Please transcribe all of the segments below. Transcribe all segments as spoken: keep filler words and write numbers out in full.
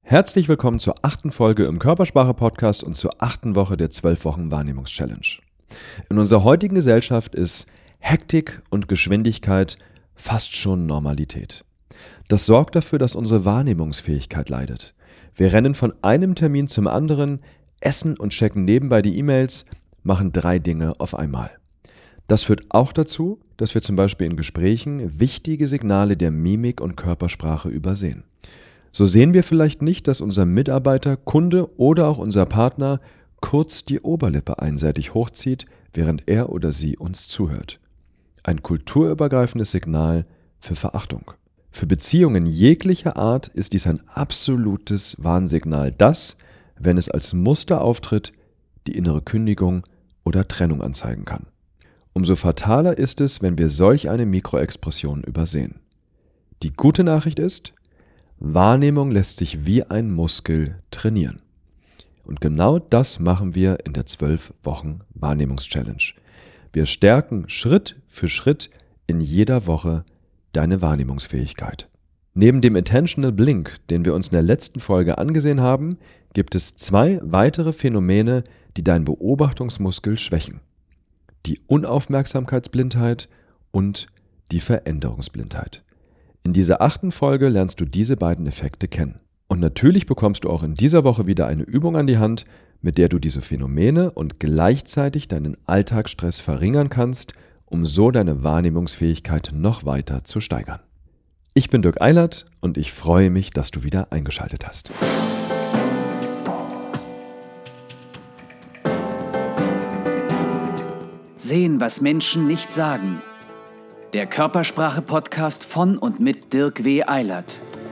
Herzlich willkommen zur achten Folge im Körpersprache-Podcast und zur achten Woche der zwölf Wochen Wahrnehmungs-Challenge. In unserer heutigen Gesellschaft ist Hektik und Geschwindigkeit fast schon Normalität. Das sorgt dafür, dass unsere Wahrnehmungsfähigkeit leidet. Wir rennen von einem Termin zum anderen, essen und checken nebenbei die E-Mails, machen drei Dinge auf einmal. Das führt auch dazu, dass wir zum Beispiel in Gesprächen wichtige Signale der Mimik und Körpersprache übersehen. So sehen wir vielleicht nicht, dass unser Mitarbeiter, Kunde oder auch unser Partner kurz die Oberlippe einseitig hochzieht, während er oder sie uns zuhört. Ein kulturübergreifendes Signal für Verachtung. Für Beziehungen jeglicher Art ist dies ein absolutes Warnsignal, das, wenn es als Muster auftritt, die innere Kündigung oder Trennung anzeigen kann. Umso fataler ist es, wenn wir solch eine Mikroexpression übersehen. Die gute Nachricht ist, Wahrnehmung lässt sich wie ein Muskel trainieren. Und genau das machen wir in der zwölf Wochen Wahrnehmungs-Challenge. Wir stärken Schritt für Schritt in jeder Woche deine Wahrnehmungsfähigkeit. Neben dem Attentional Blink, den wir uns in der letzten Folge angesehen haben, gibt es zwei weitere Phänomene, die deinen Beobachtungsmuskel schwächen. Die Unaufmerksamkeitsblindheit und die Veränderungsblindheit. In dieser achten Folge lernst du diese beiden Effekte kennen. Und natürlich bekommst du auch in dieser Woche wieder eine Übung an die Hand, mit der du diese Phänomene und gleichzeitig deinen Alltagsstress verringern kannst, um so deine Wahrnehmungsfähigkeit noch weiter zu steigern. Ich bin Dirk Eilert und ich freue mich, dass du wieder eingeschaltet hast. Sehen, was Menschen nicht sagen. Der Körpersprache-Podcast von und mit Dirk W. Eilert.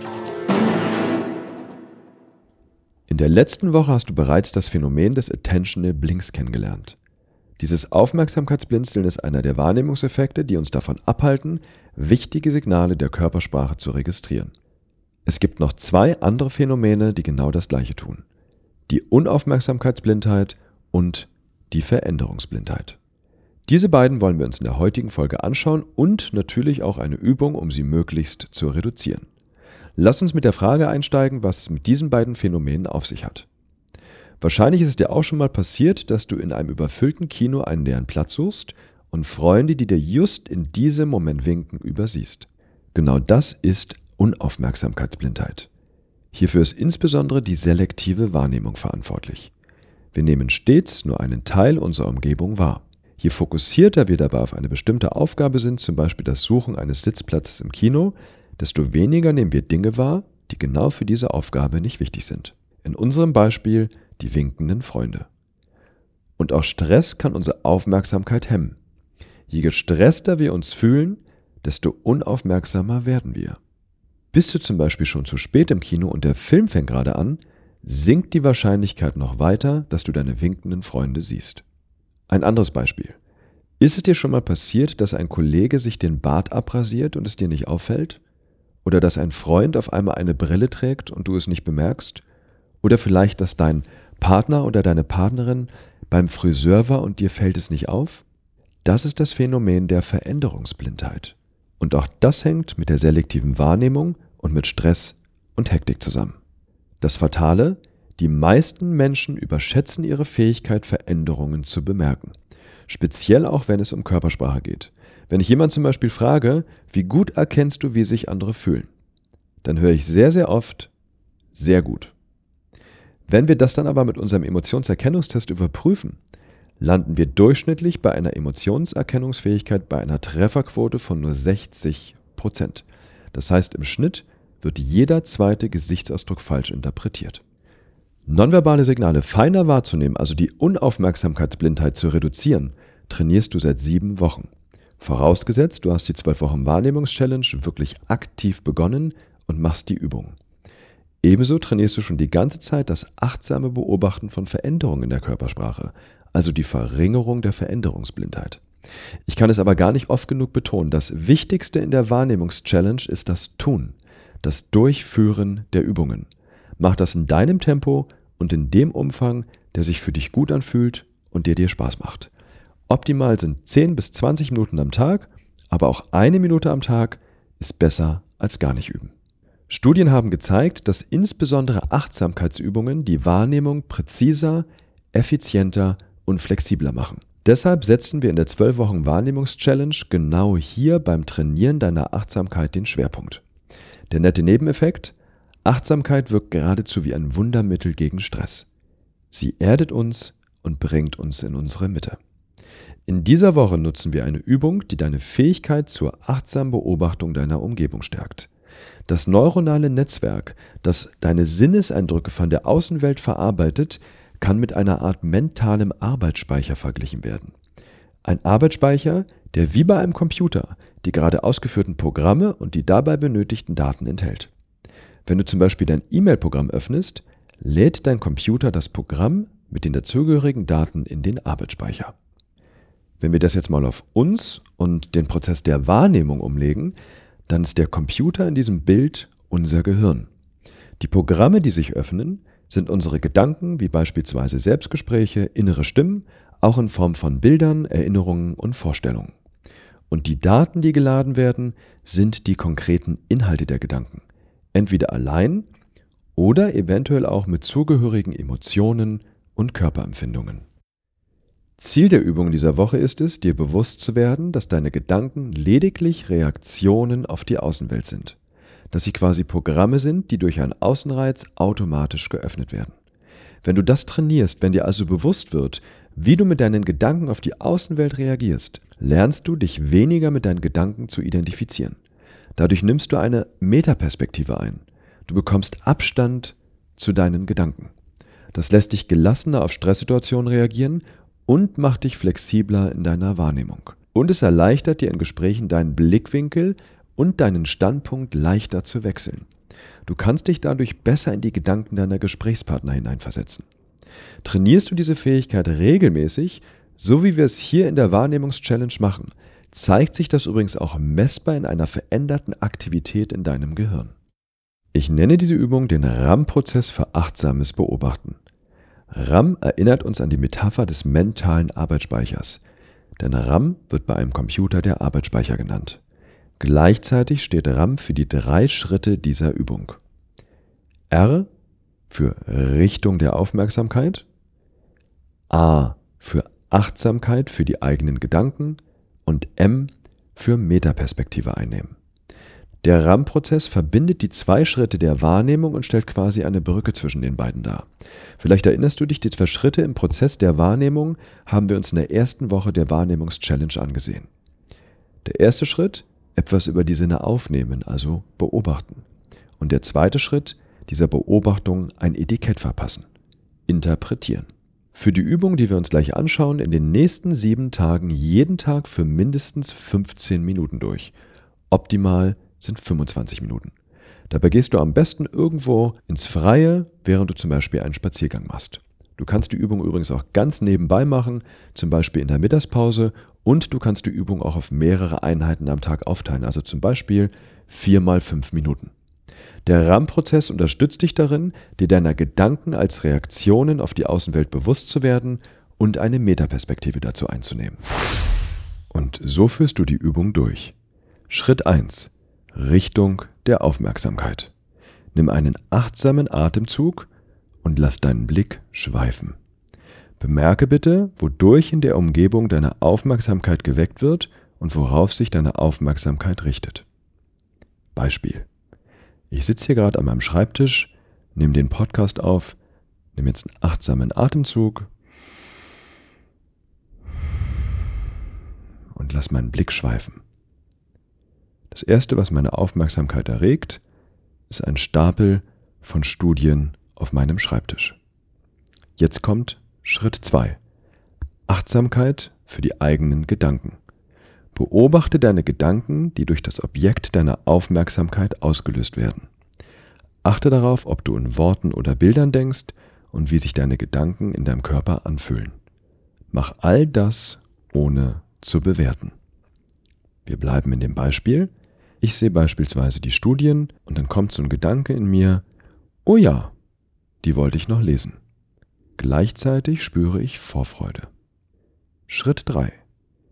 In der letzten Woche hast du bereits das Phänomen des Attentional Blinks kennengelernt. Dieses Aufmerksamkeitsblinzeln ist einer der Wahrnehmungseffekte, die uns davon abhalten, wichtige Signale der Körpersprache zu registrieren. Es gibt noch zwei andere Phänomene, die genau das Gleiche tun. Die Unaufmerksamkeitsblindheit und die Veränderungsblindheit. Diese beiden wollen wir uns in der heutigen Folge anschauen und natürlich auch eine Übung, um sie möglichst zu reduzieren. Lass uns mit der Frage einsteigen, was es mit diesen beiden Phänomenen auf sich hat. Wahrscheinlich ist es dir auch schon mal passiert, dass du in einem überfüllten Kino einen leeren Platz suchst und Freunde, die dir just in diesem Moment winken, übersiehst. Genau das ist Unaufmerksamkeitsblindheit. Hierfür ist insbesondere die selektive Wahrnehmung verantwortlich. Wir nehmen stets nur einen Teil unserer Umgebung wahr. Je fokussierter wir dabei auf eine bestimmte Aufgabe sind, zum Beispiel das Suchen eines Sitzplatzes im Kino, desto weniger nehmen wir Dinge wahr, die genau für diese Aufgabe nicht wichtig sind. In unserem Beispiel die winkenden Freunde. Und auch Stress kann unsere Aufmerksamkeit hemmen. Je gestresster wir uns fühlen, desto unaufmerksamer werden wir. Bist du zum Beispiel schon zu spät im Kino und der Film fängt gerade an, sinkt die Wahrscheinlichkeit noch weiter, dass du deine winkenden Freunde siehst. Ein anderes Beispiel. Ist es dir schon mal passiert, dass ein Kollege sich den Bart abrasiert und es dir nicht auffällt? Oder dass ein Freund auf einmal eine Brille trägt und du es nicht bemerkst? Oder vielleicht, dass dein Partner oder deine Partnerin beim Friseur war und dir fällt es nicht auf? Das ist das Phänomen der Veränderungsblindheit. Und auch das hängt mit der selektiven Wahrnehmung und mit Stress und Hektik zusammen. Das Fatale: Die meisten Menschen überschätzen ihre Fähigkeit, Veränderungen zu bemerken. Speziell auch, wenn es um Körpersprache geht. Wenn ich jemanden zum Beispiel frage, wie gut erkennst du, wie sich andere fühlen? Dann höre ich sehr, sehr oft, sehr gut. Wenn wir das dann aber mit unserem Emotionserkennungstest überprüfen, landen wir durchschnittlich bei einer Emotionserkennungsfähigkeit bei einer Trefferquote von nur sechzig Prozent. Das heißt, im Schnitt wird jeder zweite Gesichtsausdruck falsch interpretiert. Nonverbale Signale feiner wahrzunehmen, also die Unaufmerksamkeitsblindheit zu reduzieren, trainierst du seit sieben Wochen. Vorausgesetzt, du hast die zwölf Wochen Wahrnehmungs-Challenge wirklich aktiv begonnen und machst die Übung. Ebenso trainierst du schon die ganze Zeit das achtsame Beobachten von Veränderungen in der Körpersprache, also die Verringerung der Veränderungsblindheit. Ich kann es aber gar nicht oft genug betonen, das Wichtigste in der Wahrnehmungs-Challenge ist das Tun, das Durchführen der Übungen. Mach das in deinem Tempo und in dem Umfang, der sich für dich gut anfühlt und der dir Spaß macht. Optimal sind zehn bis zwanzig Minuten am Tag, aber auch eine Minute am Tag ist besser als gar nicht üben. Studien haben gezeigt, dass insbesondere Achtsamkeitsübungen die Wahrnehmung präziser, effizienter und flexibler machen. Deshalb setzen wir in der zwölf Wochen Wahrnehmungs-Challenge genau hier beim Trainieren deiner Achtsamkeit den Schwerpunkt. Der nette Nebeneffekt: Achtsamkeit wirkt geradezu wie ein Wundermittel gegen Stress. Sie erdet uns und bringt uns in unsere Mitte. In dieser Woche nutzen wir eine Übung, die deine Fähigkeit zur achtsamen Beobachtung deiner Umgebung stärkt. Das neuronale Netzwerk, das deine Sinneseindrücke von der Außenwelt verarbeitet, kann mit einer Art mentalem Arbeitsspeicher verglichen werden. Ein Arbeitsspeicher, der wie bei einem Computer die gerade ausgeführten Programme und die dabei benötigten Daten enthält. Wenn du zum Beispiel dein E-Mail-Programm öffnest, lädt dein Computer das Programm mit den dazugehörigen Daten in den Arbeitsspeicher. Wenn wir das jetzt mal auf uns und den Prozess der Wahrnehmung umlegen, dann ist der Computer in diesem Bild unser Gehirn. Die Programme, die sich öffnen, sind unsere Gedanken, wie beispielsweise Selbstgespräche, innere Stimmen, auch in Form von Bildern, Erinnerungen und Vorstellungen. Und die Daten, die geladen werden, sind die konkreten Inhalte der Gedanken. Entweder allein oder eventuell auch mit zugehörigen Emotionen und Körperempfindungen. Ziel der Übung dieser Woche ist es, dir bewusst zu werden, dass deine Gedanken lediglich Reaktionen auf die Außenwelt sind. Dass sie quasi Programme sind, die durch einen Außenreiz automatisch geöffnet werden. Wenn du das trainierst, wenn dir also bewusst wird, wie du mit deinen Gedanken auf die Außenwelt reagierst, lernst du, dich weniger mit deinen Gedanken zu identifizieren. Dadurch nimmst du eine Metaperspektive ein. Du bekommst Abstand zu deinen Gedanken. Das lässt dich gelassener auf Stresssituationen reagieren und macht dich flexibler in deiner Wahrnehmung. Und es erleichtert dir in Gesprächen deinen Blickwinkel und deinen Standpunkt leichter zu wechseln. Du kannst dich dadurch besser in die Gedanken deiner Gesprächspartner hineinversetzen. Trainierst du diese Fähigkeit regelmäßig, so wie wir es hier in der Wahrnehmungs-Challenge machen, zeigt sich das übrigens auch messbar in einer veränderten Aktivität in deinem Gehirn. Ich nenne diese Übung den RAM-Prozess für achtsames Beobachten. RAM erinnert uns an die Metapher des mentalen Arbeitsspeichers, denn RAM wird bei einem Computer der Arbeitsspeicher genannt. Gleichzeitig steht RAM für die drei Schritte dieser Übung. R für Richtung der Aufmerksamkeit, A für Achtsamkeit für die eigenen Gedanken und M für Metaperspektive einnehmen. Der RAM-Prozess verbindet die zwei Schritte der Wahrnehmung und stellt quasi eine Brücke zwischen den beiden dar. Vielleicht erinnerst du dich, die zwei Schritte im Prozess der Wahrnehmung haben wir uns in der ersten Woche der Wahrnehmungs-Challenge angesehen. Der erste Schritt: etwas über die Sinne aufnehmen, also beobachten. Und der zweite Schritt: dieser Beobachtung ein Etikett verpassen, interpretieren. Für die Übung, die wir uns gleich anschauen, in den nächsten sieben Tagen jeden Tag für mindestens fünfzehn Minuten durch. Optimal sind fünfundzwanzig Minuten. Dabei gehst du am besten irgendwo ins Freie, während du zum Beispiel einen Spaziergang machst. Du kannst die Übung übrigens auch ganz nebenbei machen, zum Beispiel in der Mittagspause, und du kannst die Übung auch auf mehrere Einheiten am Tag aufteilen, also zum Beispiel vier mal fünf Minuten. Der RAM-Prozess unterstützt dich darin, dir deiner Gedanken als Reaktionen auf die Außenwelt bewusst zu werden und eine Metaperspektive dazu einzunehmen. Und so führst du die Übung durch. Schritt eins: Richtung der Aufmerksamkeit. Nimm einen achtsamen Atemzug und lass deinen Blick schweifen. Bemerke bitte, wodurch in der Umgebung deine Aufmerksamkeit geweckt wird und worauf sich deine Aufmerksamkeit richtet. Beispiel: Ich sitze hier gerade an meinem Schreibtisch, nehme den Podcast auf, nehme jetzt einen achtsamen Atemzug und lass meinen Blick schweifen. Das erste, was meine Aufmerksamkeit erregt, ist ein Stapel von Studien auf meinem Schreibtisch. Jetzt kommt Schritt zwei. Achtsamkeit für die eigenen Gedanken. Beobachte deine Gedanken, die durch das Objekt deiner Aufmerksamkeit ausgelöst werden. Achte darauf, ob du in Worten oder Bildern denkst und wie sich deine Gedanken in deinem Körper anfühlen. Mach all das, ohne zu bewerten. Wir bleiben in dem Beispiel. Ich sehe beispielsweise die Studien und dann kommt so ein Gedanke in mir: Oh ja, die wollte ich noch lesen. Gleichzeitig spüre ich Vorfreude. Schritt drei.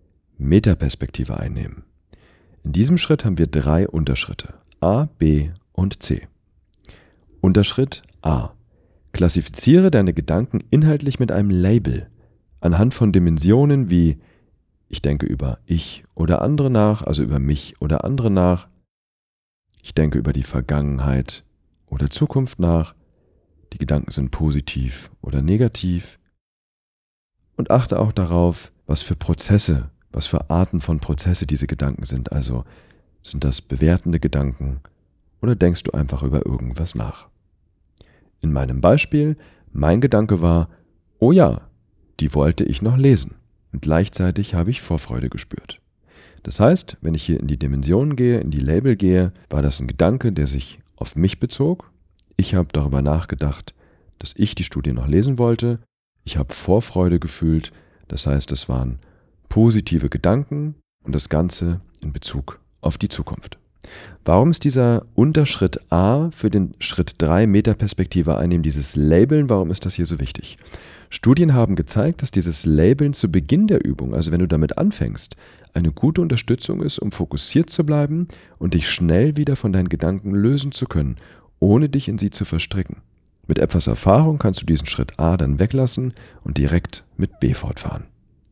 Metaperspektive einnehmen. In diesem Schritt haben wir drei Unterschritte: A, B und C. Unterschritt A. Klassifiziere deine Gedanken inhaltlich mit einem Label anhand von Dimensionen wie ich denke über ich oder andere nach, also über mich oder andere nach. Ich denke über die Vergangenheit oder Zukunft nach. Die Gedanken sind positiv oder negativ. Und achte auch darauf, was für Prozesse, was für Arten von Prozesse diese Gedanken sind. Also sind das bewertende Gedanken oder denkst du einfach über irgendwas nach? In meinem Beispiel, mein Gedanke war, oh ja, die wollte ich noch lesen. Und gleichzeitig habe ich Vorfreude gespürt. Das heißt, wenn ich hier in die Dimensionen gehe, in die Label gehe, war das ein Gedanke, der sich auf mich bezog. Ich habe darüber nachgedacht, dass ich die Studie noch lesen wollte. Ich habe Vorfreude gefühlt. Das heißt, es waren positive Gedanken und das Ganze in Bezug auf die Zukunft. Warum ist dieser Unterschritt A für den Schritt drei Metaperspektive einnehmen, dieses Labeln, warum ist das hier so wichtig? Studien haben gezeigt, dass dieses Labeln zu Beginn der Übung, also wenn du damit anfängst, eine gute Unterstützung ist, um fokussiert zu bleiben und dich schnell wieder von deinen Gedanken lösen zu können, ohne dich in sie zu verstricken. Mit etwas Erfahrung kannst du diesen Schritt A dann weglassen und direkt mit B fortfahren.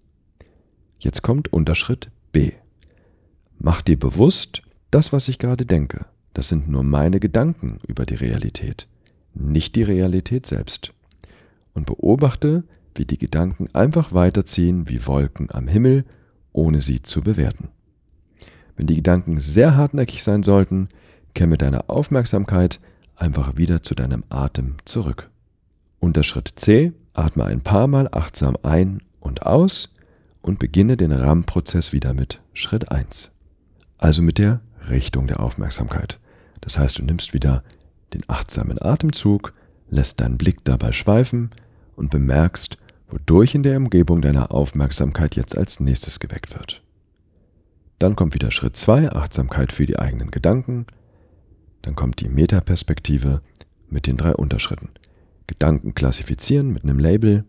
Jetzt kommt Unterschritt B. Mach dir bewusst, das, was ich gerade denke, das sind nur meine Gedanken über die Realität, nicht die Realität selbst. Und beobachte, wie die Gedanken einfach weiterziehen wie Wolken am Himmel, ohne sie zu bewerten. Wenn die Gedanken sehr hartnäckig sein sollten, kehr mit deiner Aufmerksamkeit einfach wieder zu deinem Atem zurück. Unter Schritt C, atme ein paar Mal achtsam ein und aus und beginne den R A M-Prozess wieder mit Schritt eins. Also mit der Richtung der Aufmerksamkeit. Das heißt, du nimmst wieder den achtsamen Atemzug, lässt deinen Blick dabei schweifen und bemerkst, wodurch in der Umgebung deiner Aufmerksamkeit jetzt als nächstes geweckt wird. Dann kommt wieder Schritt zwei, Achtsamkeit für die eigenen Gedanken. Dann kommt die Metaperspektive mit den drei Unterschritten. Gedanken klassifizieren mit einem Label.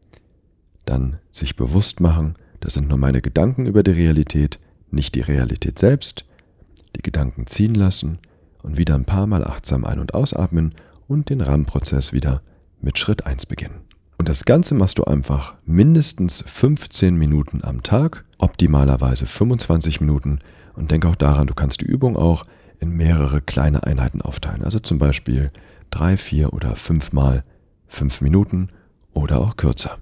Dann sich bewusst machen, das sind nur meine Gedanken über die Realität, nicht die Realität selbst. Die Gedanken ziehen lassen und wieder ein paar Mal achtsam ein- und ausatmen und den R A M-Prozess wieder mit Schritt eins beginnen. Und das Ganze machst du einfach mindestens fünfzehn Minuten am Tag, optimalerweise fünfundzwanzig Minuten. Und denk auch daran, du kannst die Übung auch in mehrere kleine Einheiten aufteilen. Also zum Beispiel drei, vier oder fünf Mal fünf Minuten oder auch kürzer.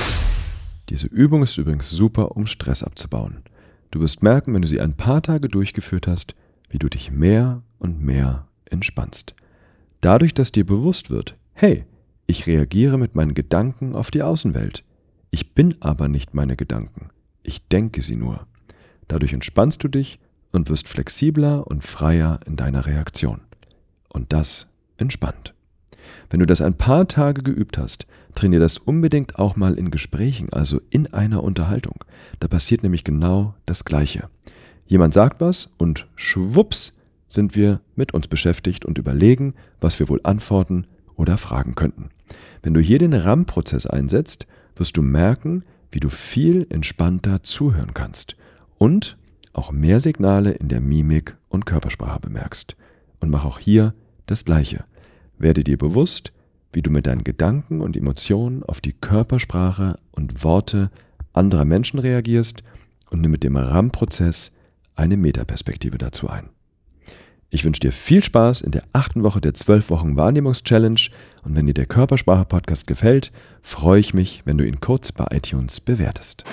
Diese Übung ist übrigens super, um Stress abzubauen. Du wirst merken, wenn du sie ein paar Tage durchgeführt hast, wie du dich mehr und mehr entspannst. Dadurch, dass dir bewusst wird, hey, ich reagiere mit meinen Gedanken auf die Außenwelt. Ich bin aber nicht meine Gedanken. Ich denke sie nur. Dadurch entspannst du dich und wirst flexibler und freier in deiner Reaktion. Und das entspannt. Wenn du das ein paar Tage geübt hast, trainier das unbedingt auch mal in Gesprächen, also in einer Unterhaltung. Da passiert nämlich genau das Gleiche. Jemand sagt was und schwupps sind wir mit uns beschäftigt und überlegen, was wir wohl antworten oder fragen könnten. Wenn du hier den R A M-Prozess einsetzt, wirst du merken, wie du viel entspannter zuhören kannst und auch mehr Signale in der Mimik und Körpersprache bemerkst. Und mach auch hier das Gleiche. Werde dir bewusst, wie du mit deinen Gedanken und Emotionen auf die Körpersprache und Worte anderer Menschen reagierst und nimm mit dem R A M-Prozess eine Metaperspektive dazu ein. Ich wünsche dir viel Spaß in der achten Woche der zwölf Wochen Wahrnehmungs-Challenge und wenn dir der Körpersprache-Podcast gefällt, freue ich mich, wenn du ihn kurz bei iTunes bewertest.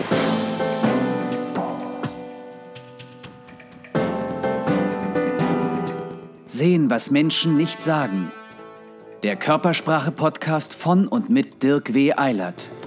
Sehen, was Menschen nicht sagen. Der Körpersprache-Podcast von und mit Dirk W. Eilert.